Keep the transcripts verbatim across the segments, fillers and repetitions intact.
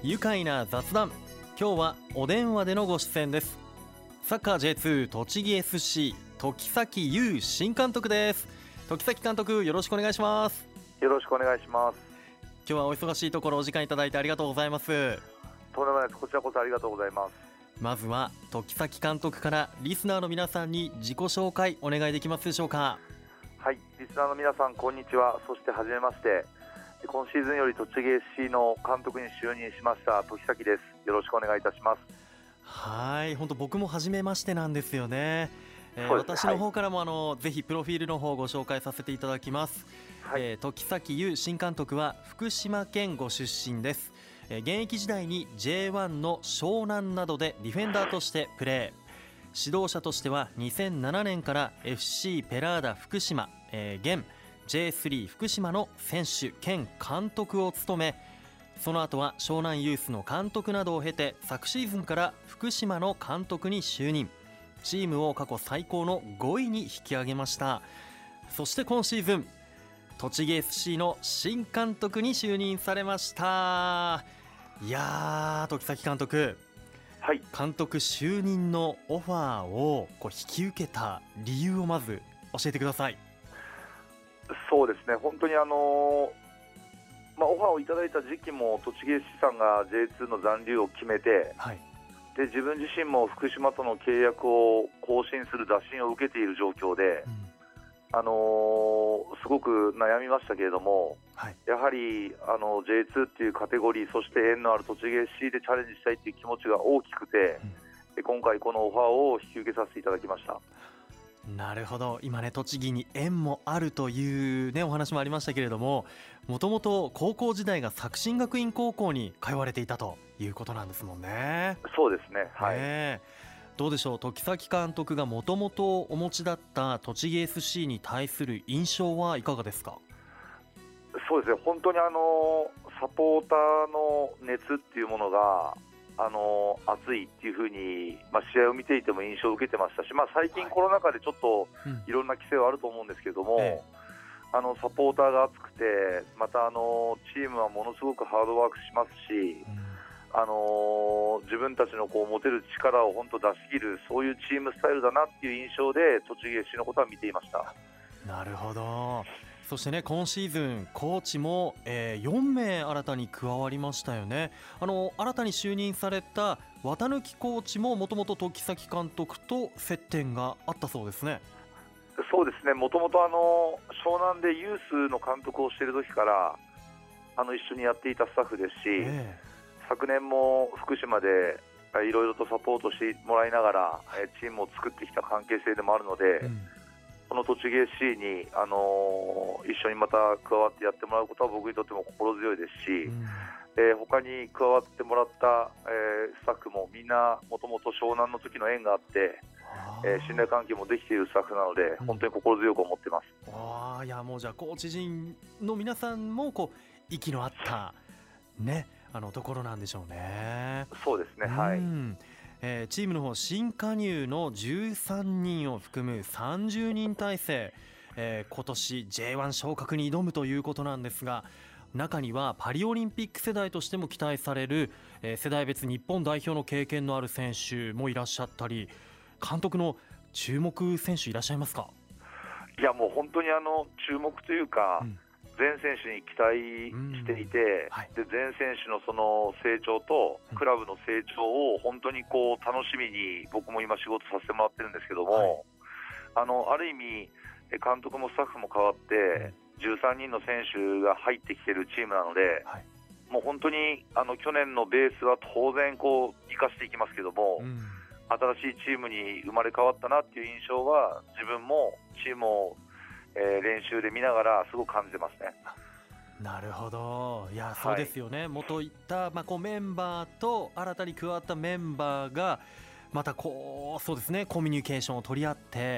愉快な雑談。今日はお電話でのご出演です。サッカー ジェイツー 栃木 エスシー 時崎優新監督です。時崎監督、よろしくお願いします。 よろしくお願いします。 今日はお忙しいところお時間いただいてありがとうございます。 とんでもないです。こちらこそありがとうございます。 まずは時崎監督からリスナーの皆さんに自己紹介お願いできますでしょうか。 はい、リスナーの皆さんこんにちは。そしてはじめまして、今シーズンより栃木 エスシー の監督に就任しました時崎です。よろしくお願いいたします。 はい、本当僕も初めましてなんですよね。えー、 そうですね、 私の方からもあの、はい、ぜひプロフィールの方をご紹介させていただきます。はい、えー、時崎優新監督は福島県ご出身です。えー、現役時代に ジェイワン の湘南などでディフェンダーとしてプレー、指導者としてはにせんななねんから エフシー ペラーダ福島、えー、現 ジェイスリー 福島の選手兼監督を務め、その後は湘南ユースの監督などを経て昨シーズンから福島の監督に就任、チームを過去最高のごいに引き上げました。そして今シーズン栃木 エスシー の新監督に就任されました。いやー、時崎監督、はい、監督就任のオファーをこう引き受けた理由をまず教えてください。 そうですね、本当にあのーまあ、オファーをいただいた時期も栃木 エスシー さんが ジェイツー の残留を決めて、はい、で自分自身も福島との契約を更新する打診を受けている状況で、うん、あのー、すごく悩みましたけれども、はい、やはりあの ジェイツー っていうカテゴリー、そして縁のある栃木 エスシー でチャレンジしたいという気持ちが大きくて、うん、で今回このオファーを引き受けさせていただきました。 なるほど。今ね、栃木に縁もあるというねお話もありましたけれども、もともと高校時代が作新学院高校に通われていたということなんですもんね。 そうですね、はい、 ね、どうでしょう、時崎監督がもともとお持ちだった栃木 エスシー に対する印象はいかがですか。 そうですね、本当にあのサポーターの熱っていうものがあの熱いっていうふうに、まあ、試合を見ていても印象を受けてましたし、まあ、最近コロナ禍でちょっといろんな規制はあると思うんですけれども、うんええ、あのサポーターが熱くて、またあのチームはものすごくハードワークしますし、うん、あの自分たちのこう持てる力を本当出し切る、そういうチームスタイルだなっていう印象で栃木 エスシー のことは見ていました。 なるほど。そしてね、今シーズンコーチも、えー、よんめい新たに加わりましたよね。あの新たに就任された綿貫コーチももともと時崎監督と接点があったそうですね。 そうですね、もともとあの湘南でユースの監督をしている時からあの一緒にやっていたスタッフですし、えー、昨年も福島でいろいろとサポートしてもらいながらチームを作ってきた関係性でもあるので、うん、この栃木 エスシー に、あのー、一緒にまた加わってやってもらうことは僕にとっても心強いですし、うんえー、他に加わってもらった、えー、スタッフもみんなもともと湘南の時の縁があって、えー、信頼関係もできているスタッフなので、うん、本当に心強く思ってます。 あ、いやもうじゃあコーチ陣の皆さんもこう息の合った、ね、あのところなんでしょうね。 そうですね、はい、 えー、チームの方新加入のじゅうさんにんを含むさんじゅうにん体制、えー、今年 ジェイワン 昇格に挑むということなんですが、中にはパリオリンピック世代としても期待される、えー、世代別日本代表の経験のある選手もいらっしゃったり、監督の注目選手いらっしゃいますか。 いやもう本当にあの注目というか、うん、全選手に期待していて、はい、で全選手のその成長とクラブの成長を本当にこう楽しみに僕も今仕事させてもらってるんですけども、はい、あのある意味監督もスタッフも変わってじゅうさんにんの選手が入ってきているチームなので、はい、もう本当にあの去年のベースは当然こう生かしていきますけども、うん、新しいチームに生まれ変わったなっていう印象は自分もチームをえー、練習で見ながらすごく感じてますね。 なるほど。いやそうですよね、はい、元いった、まあ、こうメンバーと新たに加わったメンバーがまたこうそうですねコミュニケーションを取り合って、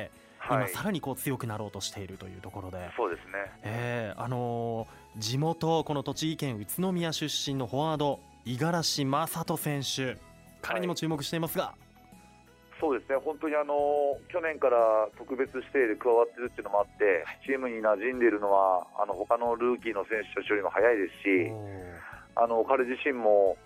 はい、今さらにこう強くなろうとしているというところで、 そうですね、 えーあのー、地元この栃木県宇都宮出身のフォワード五十嵐正人選手、彼にも注目していますが、はい、 そうですね、本当にあの去年から特別指定で加わっているっていうのもあって、はい、チームに馴染んでいるのはあの他のルーキーの選手たちよりも早いですし、あの彼自身も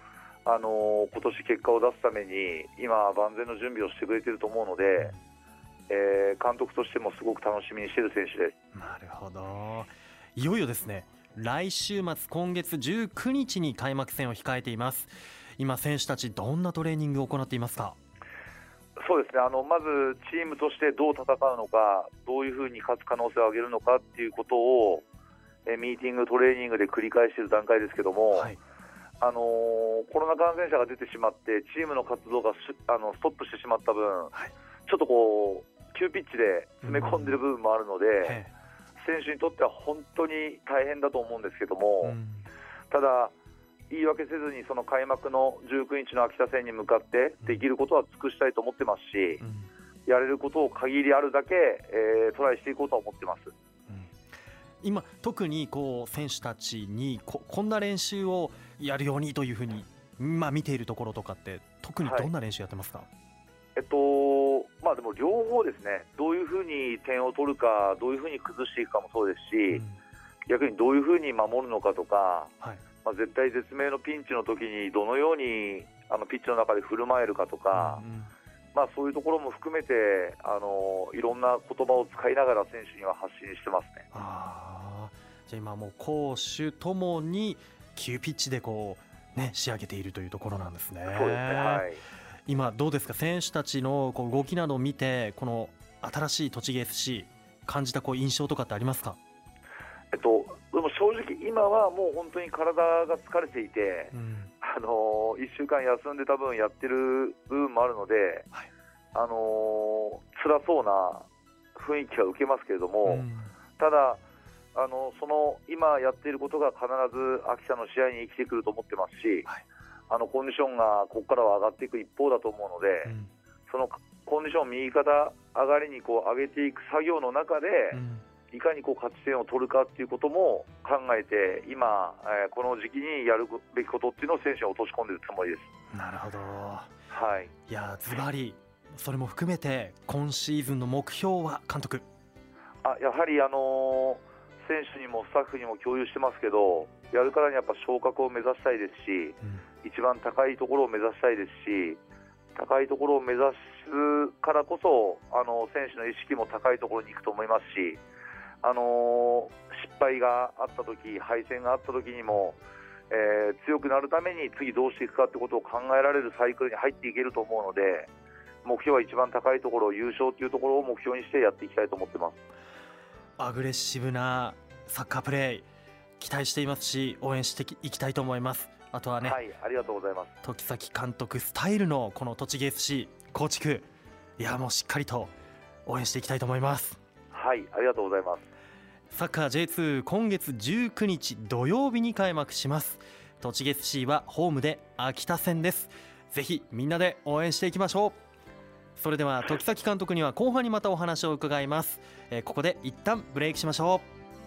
あの今年結果を出すために今万全の準備をしてくれていると思うので、えー、監督としてもすごく楽しみにしている選手です。 なるほど。いよいよですね、来週末今月じゅうくにちに開幕戦を控えています。今選手たちどんなトレーニングを行っていますか？ そうですね、あのまずチームとしてどう戦うのか、どういうふうに勝つ可能性を上げるのかっていうことをえミーティングトレーニングで繰り返している段階ですけども、はい、あのー、コロナ感染者が出てしまってチームの活動があのストップしてしまった分、はい、ちょっとこう急ピッチで詰め込んでいる部分もあるので、うん、選手にとっては本当に大変だと思うんですけども、うん、ただ言い訳せずにその開幕のじゅうくにちの秋田戦に向かってできることは尽くしたいと思ってますし、うん、やれることを限りあるだけ、えー、トライしていこうと思ってます。 今特にこう選手たちに こ, こんな練習をやるようにというふうに、まあ、見ているところとかって特にどんな練習やってますか？はい、 えっとまあ、でも両方ですね、どういうふうに点を取るか、どういうふうに崩していくかもそうですし、うん、逆にどういうふうに守るのかとか、はい、まあ、絶対絶命のピンチの時にどのようにあのピッチの中で振る舞えるかとか、うんうん、まあ、そういうところも含めてあのいろんな言葉を使いながら選手には発信してますね。 あ、じゃあ今もう攻守ともに急ピッチでこう、ね、仕上げているというところなんですね。 そうですね、はい、 今どうですか、選手たちのこう動きなどを見てこの新しい栃木 エフシー 感じたこう印象とかってありますか？ えっと、でも正直今はもう本当に体が疲れていて、うん、あのいっしゅうかん休んで多分やってる部分もあるので、はい、あの辛そうな雰囲気は受けますけれども、うん、ただあのその今やっていることが必ず秋田の試合に生きてくると思ってますし、はい、あのコンディションがここからは上がっていく一方だと思うので、うん、そのコンディション右肩上がりにこう上げていく作業の中で、うん、いかにこう勝ち点を取るかということも考えて今、えー、この時期にやるべきことっていうのを選手に落とし込んでいるつもりです。 なるほど、 はい、 いやズバリそれも含めて今シーズンの目標は監督？ あやはり、あのー、選手にもスタッフにも共有してますけど、やるからにやっぱ昇格を目指したいですし、うん、一番高いところを目指したいですし、高いところを目指すからこそあの選手の意識も高いところに行くと思いますし、あのー、失敗があった時、敗戦があった時にも、えー、強くなるために次どうしていくかということを考えられるサイクルに入っていけると思うので、目標は一番高いところ、優勝というところを目標にしてやっていきたいと思ってます。 アグレッシブなサッカープレー期待していますし、応援していきたいと思います。あとはね、 はい、ありがとうございます。 時崎監督スタイルのこの栃木 エフシー 構築、いやもうしっかりと応援していきたいと思います。 はい、ありがとうございます。 サッカー ジェイツー 今月じゅうくにち土曜日に開幕します。栃木 エフシー はホームで秋田戦です。ぜひみんなで応援していきましょう。それでは時崎監督には後半にまたお話を伺います。えー、ここで一旦ブレイクしましょ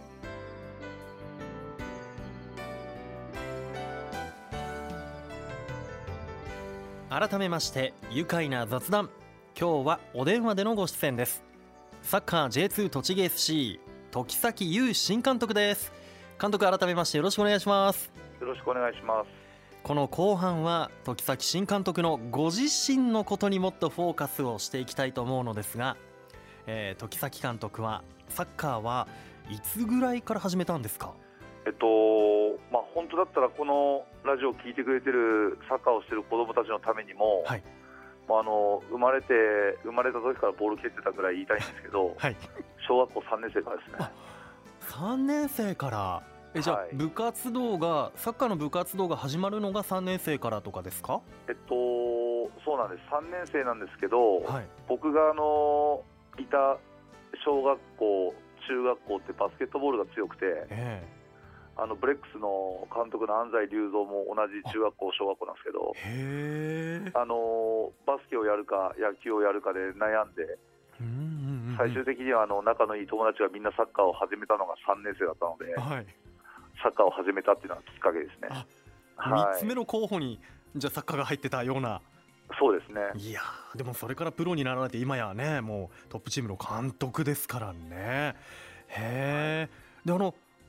う。改めまして愉快な雑談、今日はお電話でのご出演です。サッカー ジェイツー 栃木 エフシー 時崎優新監督です。監督、改めましてよろしくお願いします。 よろしくお願いします。 この後半は時崎新監督のご自身のことにもっとフォーカスをしていきたいと思うのですが、えー、時崎監督はサッカーはいつぐらいから始めたんですか？ えっとまあ、本当だったらこのラジオを聞いてくれてるサッカーをしている子どもたちのためにも、はい、まあ、あの生まれて生まれた時からボール蹴ってたぐらい言いたいんですけど、はい、小学校さんねん生からですね。 さんねん生から。えじゃあ、はい、部活動がサッカーの部活動が始まるのがさんねん生からとかですか？ えっとそうなんです。さんねん生なんですけど、はい、僕があのいた小学校中学校ってバスケットボールが強くて、えー、あのブレックスの監督の安西隆三も同じ中学校小学校なんですけど、へあのバスケをやるか野球をやるかで悩んで、うんうんうん、最終的にはあの仲のいい友達がみんなサッカーを始めたのがさんねん生だったので、はい、サッカーを始めたっていうのがきっかけですね。 みっつめの候補にじゃあサッカーが入ってたような。 そうですね。 いやでもそれからプロになられて今やねもうトップチームの監督ですからね。へえ、はい、であの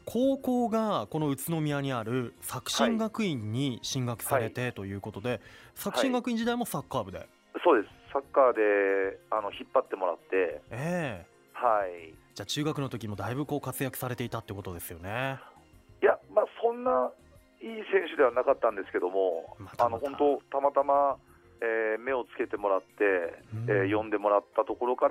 高校がこの宇都宮にある作新学院に進学されて、はい、ということで、作新学院時代もサッカー部で、はい、 そうです。サッカーであの引っ張ってもらって、 えーはい、 じゃあ中学の時もだいぶこう活躍されていたってことですよね。 いや、まあ、そんないい選手ではなかったんですけども、またまたあの本当たまたま、えー、目をつけてもらって、うんえー、呼んでもらったところから、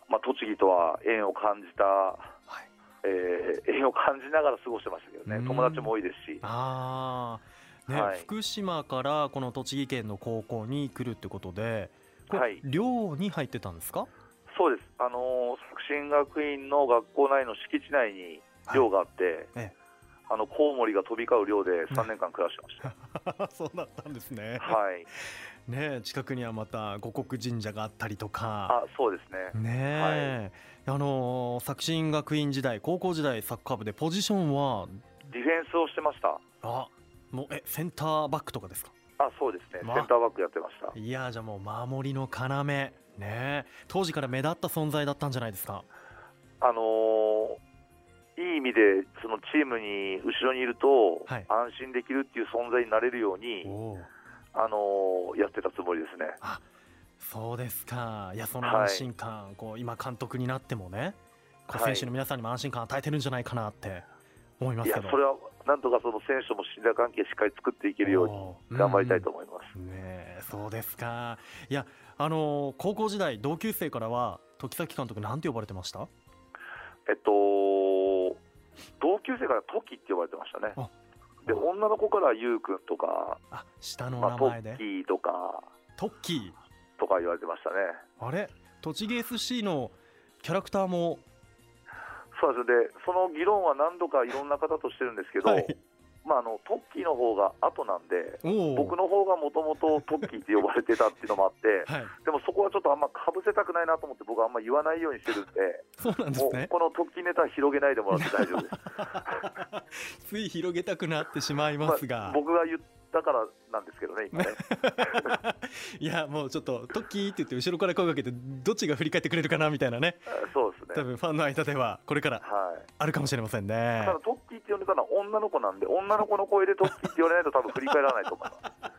まあ、栃木とは縁を感じた、はいえー、縁を感じながら過ごしてましたけどね、友達も多いですし。 あねはい、福島からこの栃木県の高校に来るってことで、はい、寮に入ってたんですか？ そうです。あのー、作新学院の学校内の敷地内に寮があって、はいええ、あのコウモリが飛び交う寮でさんねんかん暮らしてました。 そうだったんですね。 はいね、近くにはまた五穀神社があったりとか。 あそうですね。 ね、はい、あのー、作新学院時代、高校時代サッカー部でポジションはディフェンスをしてました。 あもうえセンターバックとかですか？ あそうですね、ま、センターバックやってました。 いやじゃあもう守りの要ね、当時から目立った存在だったんじゃないですか？ あのー、いい意味でそのチームに後ろにいると安心できるっていう存在になれるように、はいあのー、やってたつもりですね。 あそうですか。いやその安心感、はい、こう今監督になってもね、こう選手の皆さんにも安心感与えてるんじゃないかなって思いますけど。 いやそれはなんとかその選手とも信頼関係しっかり作っていけるように頑張りたいと思います。 うん、ねそうですか。いやあのー、高校時代同級生からは時崎監督なんて呼ばれてました？ えっと同級生から時って呼ばれてましたね。で女の子からゆうくんとかあ下の名前で、 まあ、トッキーとかトッキーとか言われてましたね。 あれ栃木 エスシー のキャラクターもそうですね。その議論は何度かいろんな方としてるんですけど、はいまあ、あのトッキーの方が後なんで僕の方がもともとトッキーって呼ばれてたっていうのもあって、はい、でもそこはちょっとあんまかぶせたくないなと思って僕はあんま言わないようにしてるんでそうなんですね。 もうこのトッキーネタは広げないでもらって大丈夫ですつい広げたくなってしまいますが、 まあ、僕が言ったからなんですけどね今ねいやもうちょっとトッキーって言って後ろから声かけてどっちが振り返ってくれるかなみたいなね。 そうですね。 多分ファンの間ではこれからあるかもしれませんね。はい、 ただトッキーって呼んでたのは女の子なんで女の子の声でトッキーって言われないと多分振り返らないと思い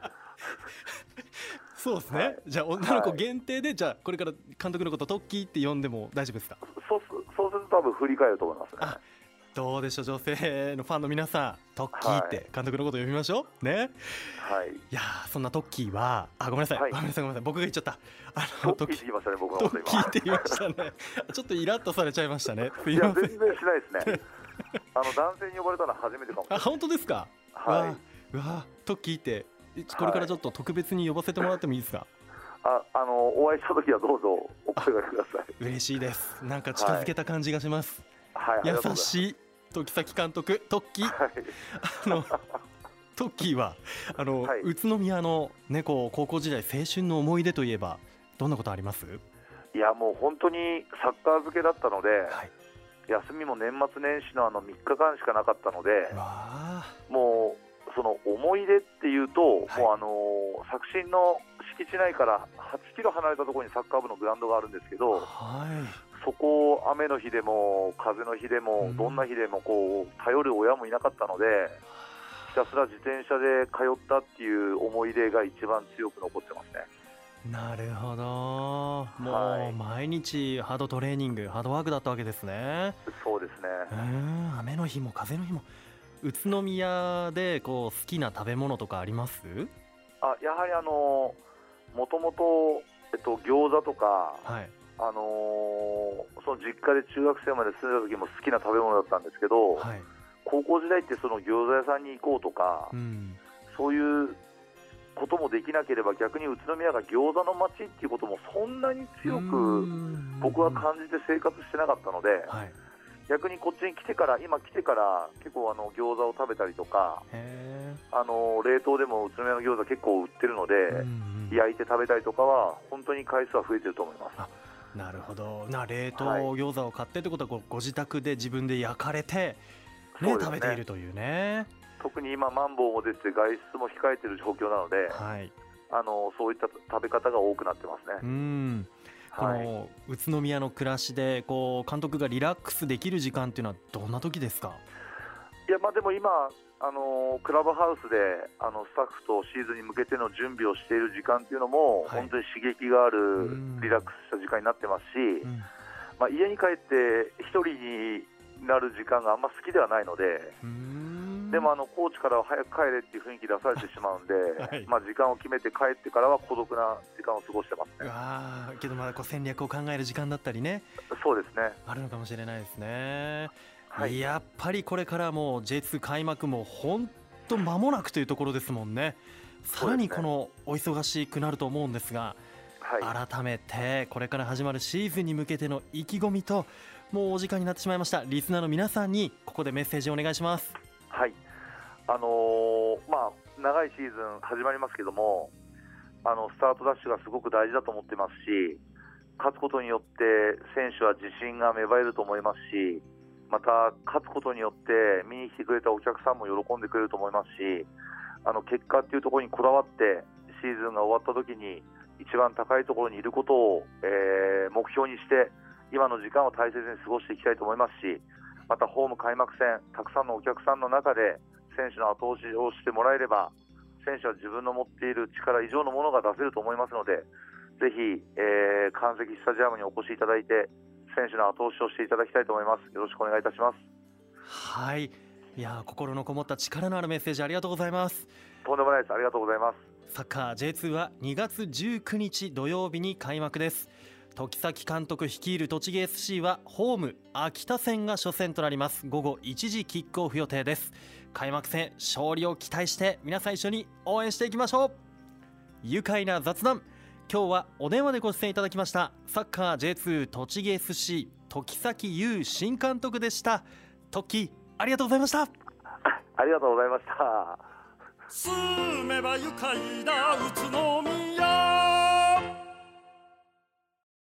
ますそうですね、はい、じゃあ女の子限定で、はい、じゃあこれから監督のことトッキーって呼んでも大丈夫ですか？ そうそうすると多分振り返ると思いますね。 どうでしょう女性のファンの皆さんトッキーって監督のことを呼びましょうね。はい、いやそんなトッキーはあごめんなさい、はい、ごめんなさいごめんなさい僕が言っちゃったあのトッキーって言いましたね。僕のこと今トッキーって言いましたねちょっとイラッとされちゃいましたね。すいません。 いや全然しないですねあの男性に呼ばれたのは初めてかもしれない。あ本当ですか？ はい。 うわトッキーってこれからちょっと特別に呼ばせてもらってもいいですか？ ああのお会いした時はどうぞお声掛けください嬉しいです。なんか近づけた感じがします、 はい、 優しい時崎監督トッキー、はい、あのトッキーはあの、はい、宇都宮の、ね、こう高校時代青春の思い出といえばどんなことあります？ いやもう本当にサッカー漬けだったので、はい、休みも年末年始のあのみっかかんしかなかったのでもうその思い出っていうと、はい、もうあの作新の敷地内からはちキロ離れたところにサッカー部のグラウンドがあるんですけど、はいそこを雨の日でも風の日でもどんな日でもこう頼る親もいなかったのでひたすら自転車で通ったっていう思い出が一番強く残ってますね。 なるほどもう毎日ハードトレーニングハードワークだったわけですね。 そうですね。 うん雨の日も風の日も宇都宮でこう好きな食べ物とかあります？ あやはりあのもともとえっと餃子とか、はいあのー、その実家で中学生まで住んでた時も好きな食べ物だったんですけど、はい、高校時代ってその餃子屋さんに行こうとか、うん、そういうこともできなければ逆に宇都宮が餃子の街っていうこともそんなに強く僕は感じて生活してなかったので、はい、逆にこっちに来てから今来てから結構あの餃子を食べたりとかあの冷凍でも宇都宮の餃子結構売ってるので、うんうん、焼いて食べたりとかは本当に回数は増えてると思います。 なるほどな冷凍餃子を買ってということは ご, ご自宅で自分で焼かれて、ねね、食べているというね。 特に今マンボウも出て外出も控えている状況なので、はい、あのそういった食べ方が多くなってますね。 うんこの宇都宮の暮らしでこう監督がリラックスできる時間っていうのはどんな時ですか？ いやまあでも今、あのー、クラブハウスであのスタッフとシーズンに向けての準備をしている時間っていうのも、はい、本当に刺激があるリラックスした時間になってますし、うんまあ、家に帰って一人になる時間があんま好きではないので、うんでもあのコーチからは早く帰れっていう雰囲気出されてしまうんで、はいまあ、時間を決めて帰ってからは孤独な時間を過ごしてますね。 あけどまだこう戦略を考える時間だったりね、 そうですね、 あるのかもしれないですね。はい、やっぱりこれからもう ジェイツー 開幕も本当間もなくというところですもんね。さらにこのお忙しくなると思うんですが、はい、改めてこれから始まるシーズンに向けての意気込みと、もうお時間になってしまいましたリスナーの皆さんにここでメッセージをお願いします。 はい、あのー、まあ長いシーズン始まりますけども、あのスタートダッシュがすごく大事だと思ってますし、勝つことによって選手は自信が芽生えると思いますし、また勝つことによって見に来てくれたお客さんも喜んでくれると思いますし、あの結果っていうところにこだわってシーズンが終わった時に一番高いところにいることを、えー、目標にして今の時間を大切に過ごしていきたいと思いますし、またホーム開幕戦たくさんのお客さんの中で選手の後押しをしてもらえれば、選手は自分の持っている力以上のものが出せると思いますので、ぜひ、えー、関石スタジアムにお越しいただいて選手の後押しをしていただきたいと思います。よろしくお願いいたします。 はい、いや心のこもった力のあるメッセージありがとうございます。 とんでもないです、ありがとうございます。 サッカー ジェイツー はにがつじゅうくにち土曜日に開幕です。時崎監督率いる栃木 エスシー はホーム秋田戦が初戦となります。午後いちじキックオフ予定です。開幕戦勝利を期待して皆さん一緒に応援していきましょう。愉快な雑談、今日はお電話でご出演いただきましたサッカー ジェイツー 栃木 エスシー 時崎優新監督でした。トッキーありがとうございました。 ありがとうございました。 住めば愉快な宇都